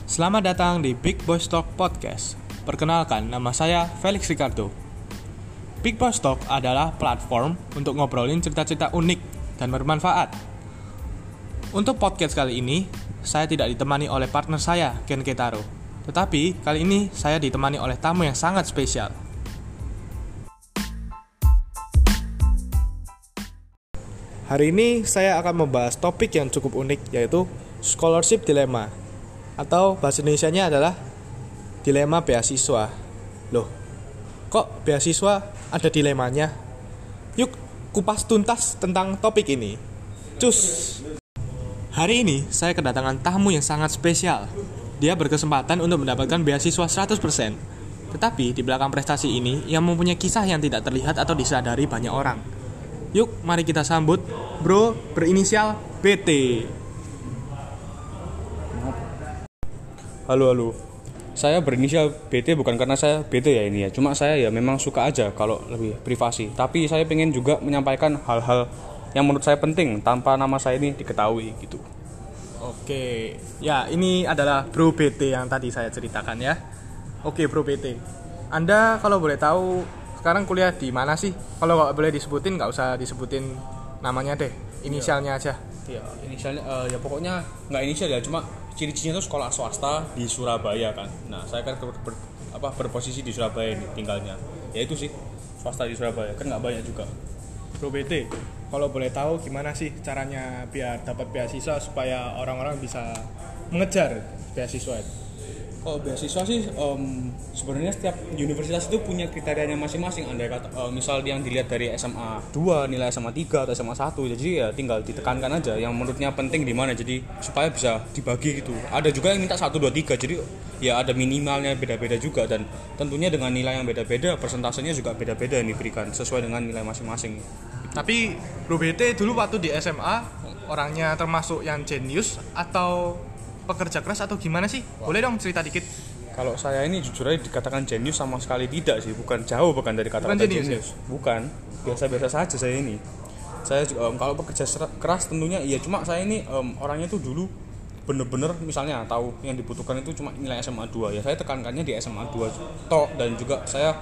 Selamat datang di Big Boys Talk Podcast. Perkenalkan, nama saya Felix Ricardo. Big Boys Talk adalah platform untuk ngobrolin cerita-cerita unik dan bermanfaat. Untuk podcast kali ini, saya tidak ditemani oleh partner saya, Ken Ketaro. Tetapi, kali ini saya ditemani oleh tamu yang sangat spesial. Hari ini saya akan membahas topik yang cukup unik, yaitu scholarship dilemma. Atau bahasa Indonesianya adalah dilema beasiswa. Loh, kok beasiswa ada dilemanya? Yuk kupas tuntas tentang topik ini. Cus. Hari ini saya kedatangan tamu yang sangat spesial. Dia berkesempatan untuk mendapatkan beasiswa 100%. Tetapi di belakang prestasi ini, ia mempunyai kisah yang tidak terlihat atau disadari banyak orang. Yuk mari kita sambut bro berinisial BT. Halo. Saya berinisial BT bukan karena saya BT ya ini ya. Cuma saya ya memang suka aja kalau lebih privasi. Tapi saya pengen juga menyampaikan hal-hal yang menurut saya penting tanpa nama saya ini diketahui gitu. Oke. Ya, ini adalah Bro BT yang tadi saya ceritakan ya. Oke, Bro BT. Anda kalau boleh tahu sekarang kuliah di mana sih? Kalau nggak boleh disebutin, nggak usah disebutin namanya deh. Inisialnya aja. Ya, inisialnya ya pokoknya nggak inisial ya, cuma ciri-cirinya itu sekolah swasta di Surabaya kan. Nah, saya kan berposisi di Surabaya ini tinggalnya. Ya itu sih, swasta di Surabaya. Kan nggak banyak juga. Bro BT, kalau boleh tahu gimana sih caranya biar dapat beasiswa supaya orang-orang bisa mengejar beasiswa itu? Kalau beasiswa sih sebenarnya setiap universitas itu punya kriterianya masing-masing. Andai kata misal yang dilihat dari SMA 2, nilai SMA 3 atau SMA 1. Jadi ya tinggal ditekankan aja yang menurutnya penting di mana. Jadi supaya bisa dibagi gitu. Ada juga yang minta 1 2 3. Jadi ya ada minimalnya beda-beda juga, dan tentunya dengan nilai yang beda-beda persentasenya juga beda-beda yang diberikan sesuai dengan nilai masing-masing. Tapi Bro BT dulu waktu di SMA orangnya termasuk yang jenius atau pekerja keras atau gimana sih? Boleh dong cerita dikit. Kalau saya ini jujur aja dikatakan jenius sama sekali tidak sih, bukan dari kata-kata jenius. Bukan, biasa-biasa saja saya ini. Saya kalau pekerja keras tentunya iya, cuma saya ini orangnya tuh dulu bener-bener misalnya tahu yang dibutuhkan itu cuma nilai SMA 2. Ya saya tekankannya di SMA 2 tok, dan juga saya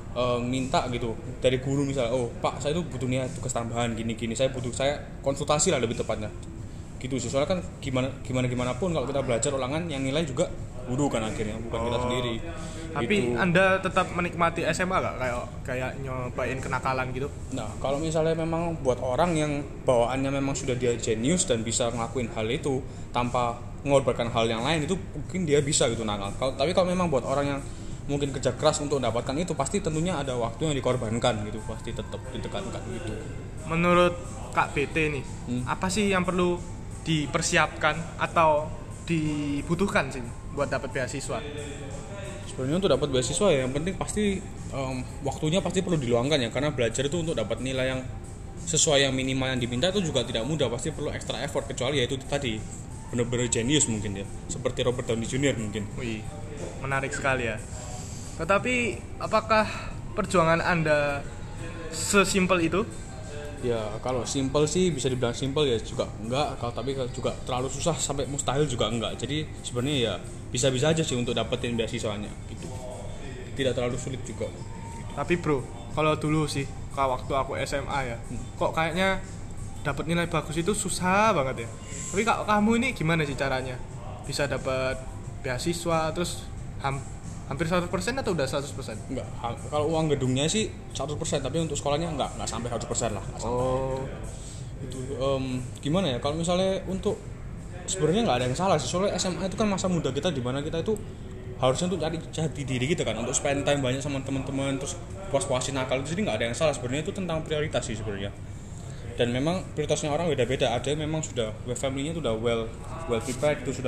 minta gitu dari guru misalnya, oh Pak saya tuh butuh nilai tugas tambahan gini-gini, saya konsultasi lah lebih tepatnya gitu sih. Soalnya kan gimana pun kalau kita belajar ulangan yang nilai juga guru kan akhirnya, bukan kita sendiri. Tapi gitu. Anda tetap menikmati SMA gak? Kayak nyobain kenakalan gitu? Nah, kalau misalnya memang buat orang yang bawaannya memang sudah dia jenius dan bisa ngelakuin hal itu tanpa mengorbankan hal yang lain, itu mungkin dia bisa gitu nakal. Tapi kalau memang buat orang yang mungkin kerja keras untuk mendapatkan itu, pasti tentunya ada waktu yang dikorbankan gitu, pasti tetap ditekankan gitu. Menurut Kak BT nih, apa sih yang perlu dipersiapkan atau dibutuhkan sih buat dapat beasiswa? Sebenarnya untuk dapat beasiswa ya yang penting pasti waktunya pasti perlu diluangkan ya, karena belajar itu untuk dapat nilai yang sesuai yang minimal yang diminta itu juga tidak mudah, pasti perlu extra effort, kecuali ya itu tadi benar-benar jenius mungkin ya, seperti Robert Downey Jr. mungkin. Wih, menarik sekali ya. Tetapi apakah perjuangan Anda sesimpel itu? Ya kalau simple sih bisa dibilang simple ya juga enggak, tapi juga terlalu susah sampai mustahil juga enggak. Jadi sebenarnya ya bisa-bisa aja sih untuk dapetin beasiswanya gitu. Tidak terlalu sulit juga. Tapi bro, kalau dulu sih waktu aku SMA ya, kok kayaknya dapat nilai bagus itu susah banget ya. Tapi kalau kamu ini gimana sih caranya bisa dapat beasiswa terus hampir 100% atau udah 100%? Enggak, kalau uang gedungnya sih 100%, tapi untuk sekolahnya enggak sampai 100% lah. Oh. Itu gimana ya, kalau misalnya untuk sebenarnya enggak ada yang salah sih. Soalnya SMA itu kan masa muda kita, di mana kita itu harusnya untuk cari jati diri kita kan, untuk spend time banyak sama teman-teman, terus puas-puasin nakal itu. Jadi enggak ada yang salah sebenarnya, itu tentang prioritas sih sebenarnya. Dan memang prioritasnya orang beda-beda. Ada yang memang sudah family-nya itu udah well prepared, itu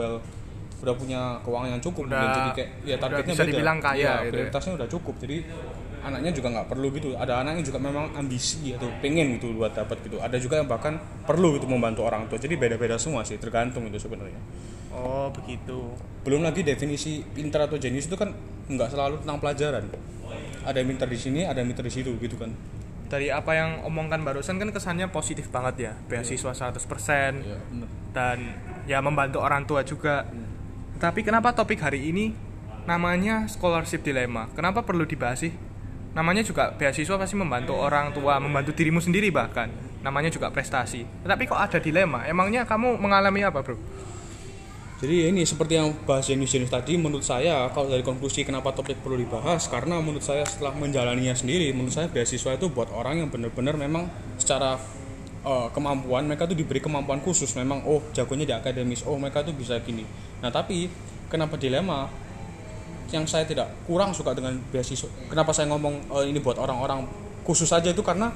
udah punya keuangan yang cukup, jadi kayak ya targetnya bisa beda. Dibilang kaya ya, gitu. Prioritasnya udah cukup, jadi anaknya juga nggak perlu gitu. Ada anak yang juga memang ambisi atau pengen gitu buat dapat gitu. Ada juga yang bahkan perlu gitu membantu orang tua. Jadi beda-beda semua sih, tergantung itu sebenarnya. Oh begitu. Belum lagi definisi pintar atau jenius itu kan nggak selalu tentang pelajaran. Ada yang pintar di sini, ada yang pintar di situ gitu kan. Dari apa yang omongkan barusan kan kesannya positif banget ya, beasiswa 100%. Ya, dan ya membantu orang tua juga. Tapi kenapa topik hari ini namanya scholarship dilema? Kenapa perlu dibahas sih? Namanya juga beasiswa, pasti membantu orang tua, membantu dirimu sendiri bahkan. Namanya juga prestasi. Tapi kok ada dilema? Emangnya kamu mengalami apa, bro? Jadi ini seperti yang bahas Jenius tadi, menurut saya kalau dari konklusi kenapa topik perlu dibahas, karena menurut saya setelah menjalaninya sendiri, menurut saya beasiswa itu buat orang yang benar-benar memang secara kemampuan, mereka tuh diberi kemampuan khusus, memang jagonya di akademis, mereka tuh bisa gini. Nah tapi kenapa dilema yang saya tidak kurang suka dengan beasiswa, kenapa saya ngomong ini buat orang-orang khusus saja, itu karena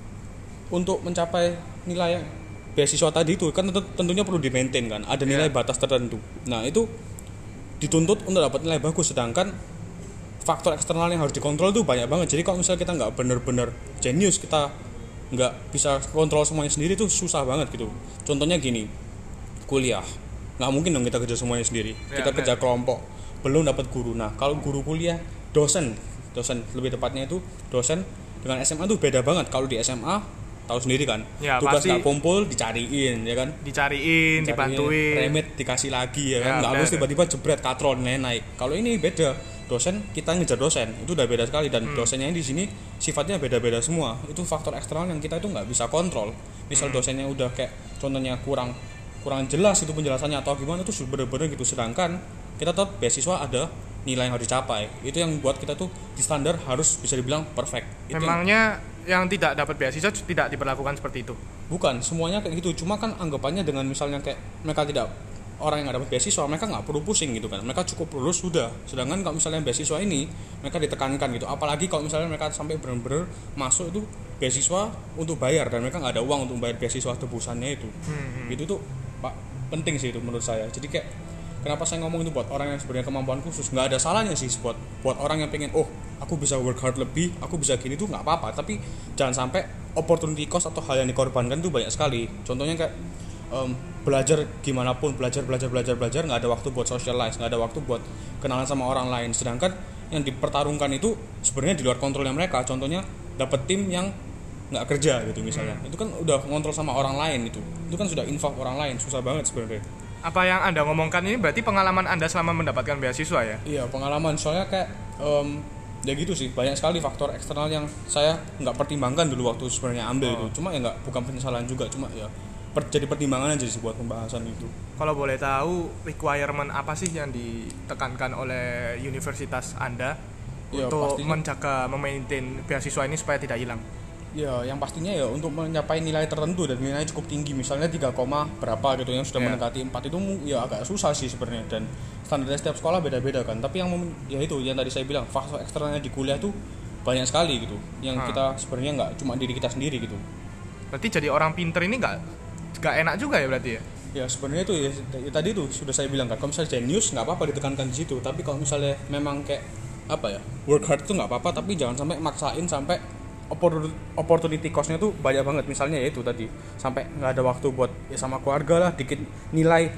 untuk mencapai nilai beasiswa tadi itu kan tentunya perlu di-maintain kan, ada nilai batas tertentu. Nah itu dituntut untuk dapat nilai bagus, sedangkan faktor eksternal yang harus dikontrol itu banyak banget. Jadi kalau misalnya kita nggak benar-benar jenius, kita nggak bisa kontrol semuanya sendiri, tuh susah banget gitu. Contohnya gini, kuliah nggak mungkin dong kita kerja semuanya sendiri, kita kerja kelompok, belum dapat guru. Nah kalau guru kuliah, dosen lebih tepatnya itu dosen dengan SMA tuh beda banget. Kalau di SMA tahu sendiri kan, tugas nggak kumpul dicariin ya kan, dibantuin, remit dikasih lagi ya kan, nggak harus tiba-tiba jebret katron naik. Kalau ini beda, dosen kita ngejar dosen itu udah beda sekali, dan dosennya di sini sifatnya beda-beda semua. Itu faktor eksternal yang kita itu nggak bisa kontrol. Misal dosennya udah kayak contohnya kurang jelas itu penjelasannya atau gimana, itu bener-bener gitu. Sedangkan kita tetap beasiswa ada nilai yang harus dicapai, itu yang buat kita tuh di standar harus bisa dibilang perfect. Memangnya yang tidak dapat beasiswa tidak diperlakukan seperti itu? Bukan semuanya kayak gitu, cuma kan anggapannya dengan misalnya kayak mereka tidak, orang yang nggak dapat beasiswa mereka nggak perlu pusing gitu kan, mereka cukup lulus sudah. Sedangkan kalau misalnya beasiswa ini mereka ditekankan gitu, apalagi kalau misalnya mereka sampai benar-benar masuk itu beasiswa untuk bayar dan mereka nggak ada uang untuk bayar beasiswa tebusannya itu. Itu tuh Pak penting sih itu menurut saya. Jadi kayak kenapa saya ngomong itu buat orang yang sebenarnya kemampuan khusus, nggak ada salahnya sih buat orang yang pengen aku bisa work hard lebih, aku bisa gini tuh nggak apa-apa, tapi jangan sampai opportunity cost atau hal yang dikorbankan tuh banyak sekali. Contohnya kayak belajar gimana pun, belajar nggak ada waktu buat socialize, nggak ada waktu buat kenalan sama orang lain. Sedangkan yang dipertarungkan itu sebenarnya di luar kontrolnya mereka. Contohnya dapat tim yang nggak kerja gitu misalnya, itu kan udah ngontrol sama orang lain, itu kan sudah involve orang lain, susah banget sebenarnya. Apa yang Anda ngomongkan ini berarti pengalaman Anda selama mendapatkan beasiswa ya? Iya, pengalaman. Soalnya kayak ya gitu sih, banyak sekali faktor eksternal yang saya nggak pertimbangkan dulu waktu sebenarnya ambil itu. Cuma ya bukan penyesalan juga, cuma ya jadi pertimbangan aja sih buat pembahasan itu. Kalau boleh tahu, requirement apa sih yang ditekankan oleh universitas Anda untuk menjaga, memaintain beasiswa ini supaya tidak hilang? Ya, yang pastinya ya untuk mencapai nilai tertentu dan nilainya cukup tinggi, misalnya 3, berapa gitu yang sudah mendekati 4 itu ya agak susah sih sebenarnya, dan standarnya setiap sekolah beda-beda kan. Tapi yang ya itu yang tadi saya bilang, faktor eksternalnya di kuliah tuh banyak sekali gitu, yang kita sebenarnya nggak cuma diri kita sendiri gitu. Berarti jadi orang pinter ini nggak enak juga ya berarti ya? Ya sebenarnya itu ya tadi tuh sudah saya bilang kan, kalau misalnya jenius nggak apa-apa ditekankan di situ, tapi kalau misalnya memang kayak apa ya, work hard itu nggak apa-apa, tapi jangan sampai maksain sampai opportunity cost-nya tuh banyak banget. Misalnya ya itu tadi, sampai nggak ada waktu buat ya sama keluarga lah, dikit nilai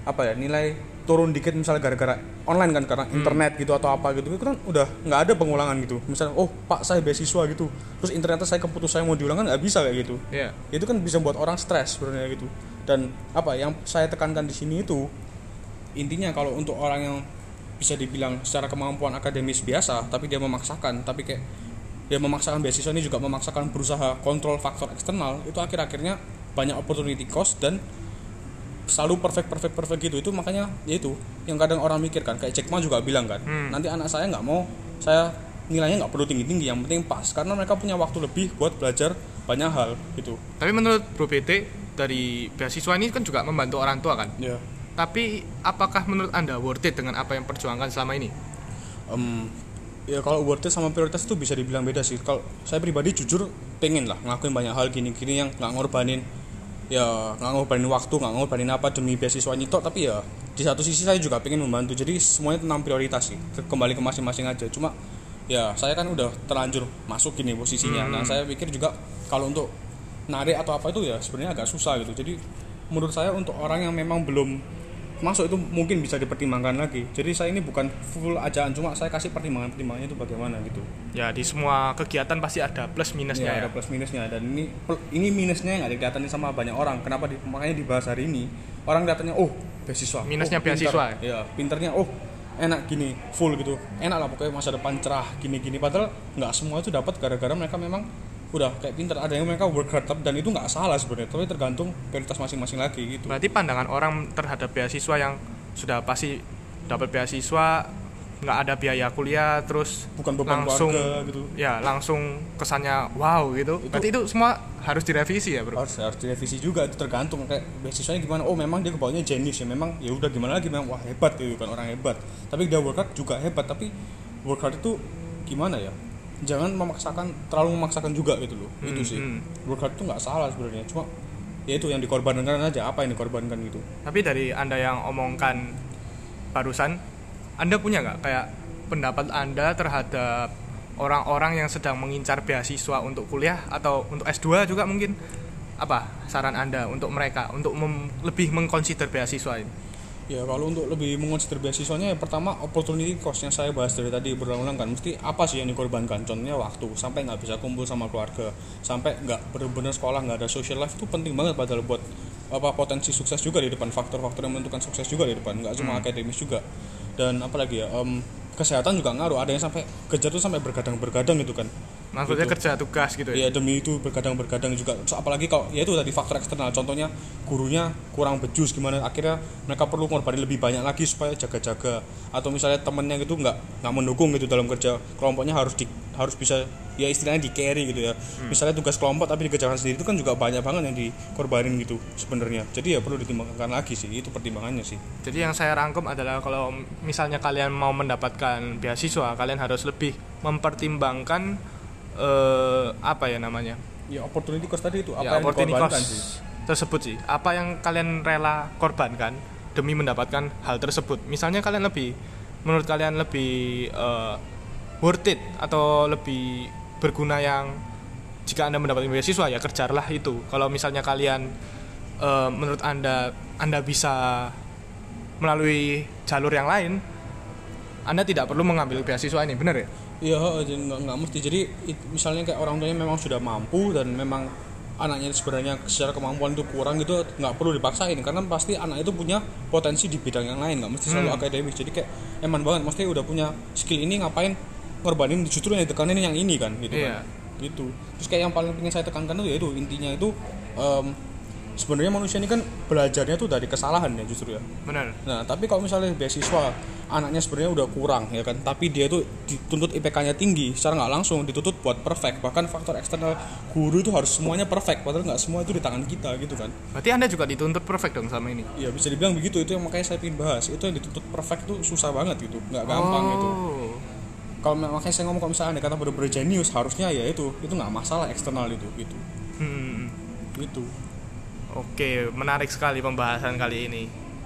turun dikit misalnya gara-gara online kan, karena internet gitu atau apa gitu, itu kan udah nggak ada pengulangan gitu. Misalnya Pak saya beasiswa gitu, terus internetnya saya keputus, saya mau diulang kan nggak bisa kayak gitu. Itu kan bisa buat orang stres sebenarnya gitu. Dan yang saya tekankan di sini itu intinya, kalau untuk orang yang bisa dibilang secara kemampuan akademis biasa tapi dia memaksakan, tapi kayak dia memaksakan beasiswa ini juga memaksakan berusaha kontrol faktor eksternal, itu akhir-akhirnya banyak opportunity cost dan selalu perfect gitu. Itu makanya ya itu yang kadang orang mikir kan, kayak Jack Ma juga bilang kan, nanti anak saya nggak mau saya nilainya nggak perlu tinggi-tinggi, yang penting pas, karena mereka punya waktu lebih buat belajar banyak hal gitu. Tapi menurut Bro BT, dari beasiswa ini kan juga membantu orang tua kan? Iya. Tapi apakah menurut Anda worth it dengan apa yang perjuangkan selama ini? Ya kalau worth it sama prioritas itu bisa dibilang beda sih. Kalau saya pribadi jujur pengen lah ngelakuin banyak hal gini-gini yang nggak ngorbanin waktu, nggak ngorbanin apa demi beasiswa nyitok. Tapi ya di satu sisi saya juga pengen membantu. Jadi semuanya tentang prioritas sih, kembali ke masing-masing aja. Cuma ya saya kan udah terlanjur masuk gini posisinya. Nah saya pikir juga kalau untuk narik atau apa itu ya sebenarnya agak susah gitu. Jadi menurut saya untuk orang yang memang belum masuk itu mungkin bisa dipertimbangkan lagi. Jadi saya ini bukan full ajaan, cuma saya kasih pertimbangannya itu bagaimana gitu. Ya di semua kegiatan pasti ada plus minusnya ya. Ada plus minusnya, dan ini minusnya nggak dikelihatin sama banyak orang. Kenapa makanya dibahas hari ini? Orang kelihatannya beasiswa. Minusnya pinter. beasiswa. Ya, pinternya enak gini, full gitu. Enak lah pokoknya masa depan cerah gini-gini. Padahal nggak semua itu dapat gara-gara mereka memang udah kayak pinter. Ada yang mereka work hard, dan itu nggak salah sebenarnya, tapi tergantung prioritas masing-masing lagi gitu. Berarti pandangan orang terhadap beasiswa yang sudah pasti dapat beasiswa, nggak ada biaya kuliah, terus bukan beban langsung keluarga gitu. Ya langsung kesannya wow gitu. Berarti itu semua harus direvisi ya bro? Harus direvisi juga, itu tergantung kayak beasiswanya gimana. Memang dia kebawahnya jenius ya, memang ya udah gimana lagi, memang wah hebat gitu kan, orang hebat. Tapi dia work hard juga hebat, tapi work hard itu gimana ya? Jangan terlalu memaksakan juga gitu loh. Itu sih. Work hard itu nggak salah sebenarnya, cuma ya itu yang dikorbankan aja, apa yang dikorbankan gitu. Tapi dari Anda yang omongkan barusan, Anda punya nggak kayak pendapat Anda terhadap orang-orang yang sedang mengincar beasiswa untuk kuliah atau untuk S2 juga mungkin? Apa saran Anda untuk mereka untuk lebih mengconsider beasiswa ini? Ya kalau untuk lebih mengonsider beasiswanya, yang pertama opportunity cost yang saya bahas dari tadi berulang-ulang kan, mesti apa sih yang dikorbankan? Contohnya waktu, sampai nggak bisa kumpul sama keluarga, sampai nggak benar-benar sekolah, nggak ada social life, itu penting banget padahal buat potensi sukses juga di depan, faktor-faktor yang menentukan sukses juga di depan, nggak cuma akademis juga. Dan apalagi ya, kesehatan juga ngaruh. Ada yang sampai kerja tuh sampai bergadang-bergadang gitu kan. Maksudnya gitu. Kerja tugas gitu ya? Iya, demi itu bergadang-bergadang juga. Apalagi kalau ya itu tadi faktor eksternal, contohnya gurunya kurang becus gimana, akhirnya mereka perlu ngorbanin lebih banyak lagi supaya jaga-jaga. Atau misalnya temennya gitu nggak mendukung gitu dalam kerja kelompoknya, harus bisa ya istilahnya di carry gitu ya. Misalnya tugas kelompok tapi dikerjakan sendiri, itu kan juga banyak banget yang dikorbanin gitu sebenarnya. Jadi ya perlu ditimbangkan lagi sih, itu pertimbangannya sih. Jadi yang saya rangkum adalah kalau misalnya kalian mau mendapatkan beasiswa, kalian harus lebih mempertimbangkan apa ya namanya? Ya opportunity cost tadi itu, apa ya, yang dikorbankan sih tersebut sih. Apa yang kalian rela korbankan demi mendapatkan hal tersebut. Misalnya menurut kalian lebih worth it atau lebih berguna yang jika Anda mendapatkan beasiswa, ya kejarlah itu. Kalau misalnya kalian menurut Anda bisa melalui jalur yang lain, Anda tidak perlu mengambil beasiswa ini, benar ya? Iya, nggak mesti. Jadi misalnya kayak orang tuanya memang sudah mampu dan memang anaknya sebenarnya secara kemampuan itu kurang gitu, nggak perlu dipaksain, karena pasti anak itu punya potensi di bidang yang lain, nggak mesti selalu akademis. Jadi kayak eman banget, mesti udah punya skill ini, ngapain ngorbanin justru yang ditekanin yang ini kan gitu. Iya. Kan gitu. Terus kayak yang paling pengen saya tekankan itu ya itu intinya itu sebenarnya manusia ini kan belajarnya tuh dari kesalahan ya justru ya. Benar. Nah, tapi kalau misalnya beasiswa anaknya sebenarnya udah kurang ya kan, tapi dia tuh dituntut IPK-nya tinggi, secara nggak langsung dituntut buat perfect. Bahkan faktor eksternal guru itu harus semuanya perfect, padahal nggak semua itu di tangan kita gitu kan. Berarti Anda juga dituntut perfect dong sama ini? Iya, bisa dibilang begitu. Itu yang makanya saya ingin bahas. Itu yang dituntut perfect tuh susah banget gitu, nggak gampang gitu. Kalau makanya saya ngomong, kalau misalnya Anda kata bener-bener jenius, harusnya ya itu nggak masalah eksternal itu gitu. Gitu. Oke, menarik sekali pembahasan kali ini.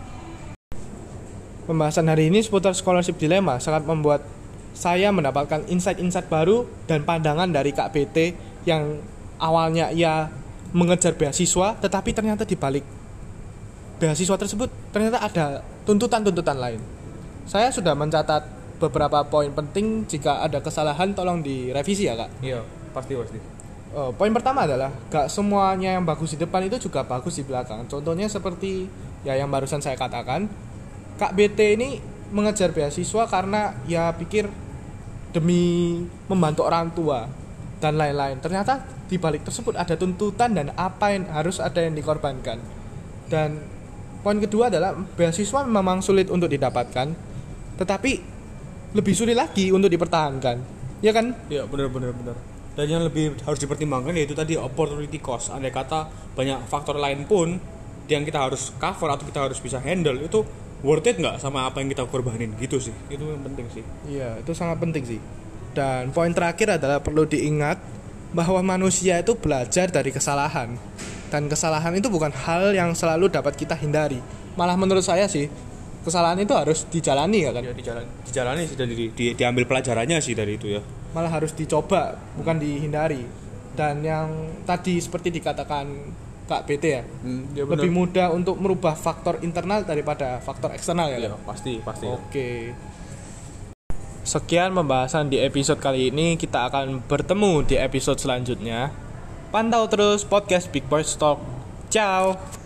Pembahasan hari ini seputar scholarship dilema sangat membuat saya mendapatkan insight-insight baru dan pandangan dari Kak BT yang awalnya ia mengejar beasiswa, tetapi ternyata di balik beasiswa tersebut ternyata ada tuntutan-tuntutan lain. Saya sudah mencatat beberapa poin penting, jika ada kesalahan tolong direvisi ya Kak. Iya, pasti. Poin pertama adalah gak semuanya yang bagus di depan itu juga bagus di belakang. Contohnya seperti ya yang barusan saya katakan, Kak BT ini mengejar beasiswa karena ya pikir demi membantu orang tua dan lain-lain. Ternyata di balik tersebut ada tuntutan dan apa yang harus ada yang dikorbankan. Dan poin kedua adalah beasiswa memang sulit untuk didapatkan, tetapi lebih sulit lagi untuk dipertahankan. Ya kan? Iya, benar. Dan yang lebih harus dipertimbangkan yaitu tadi opportunity cost. Andai kata banyak faktor lain pun yang kita harus cover atau kita harus bisa handle, itu worth it nggak sama apa yang kita korbanin gitu sih. Itu yang penting sih. Iya, itu sangat penting sih. Dan poin terakhir adalah perlu diingat bahwa manusia itu belajar dari kesalahan. Dan kesalahan itu bukan hal yang selalu dapat kita hindari. Malah menurut saya sih, kesalahan itu harus dijalani ya kan? Ya, dijalani sih, dan diambil pelajarannya sih dari itu ya. Malah harus dicoba, bukan dihindari. Dan yang tadi seperti dikatakan Kak BT ya. Ya Lebih mudah untuk merubah faktor internal daripada faktor eksternal ya. Iya, pasti. Oke. Sekian pembahasan di episode kali ini. Kita akan bertemu di episode selanjutnya. Pantau terus podcast Big Boys Talk. Ciao.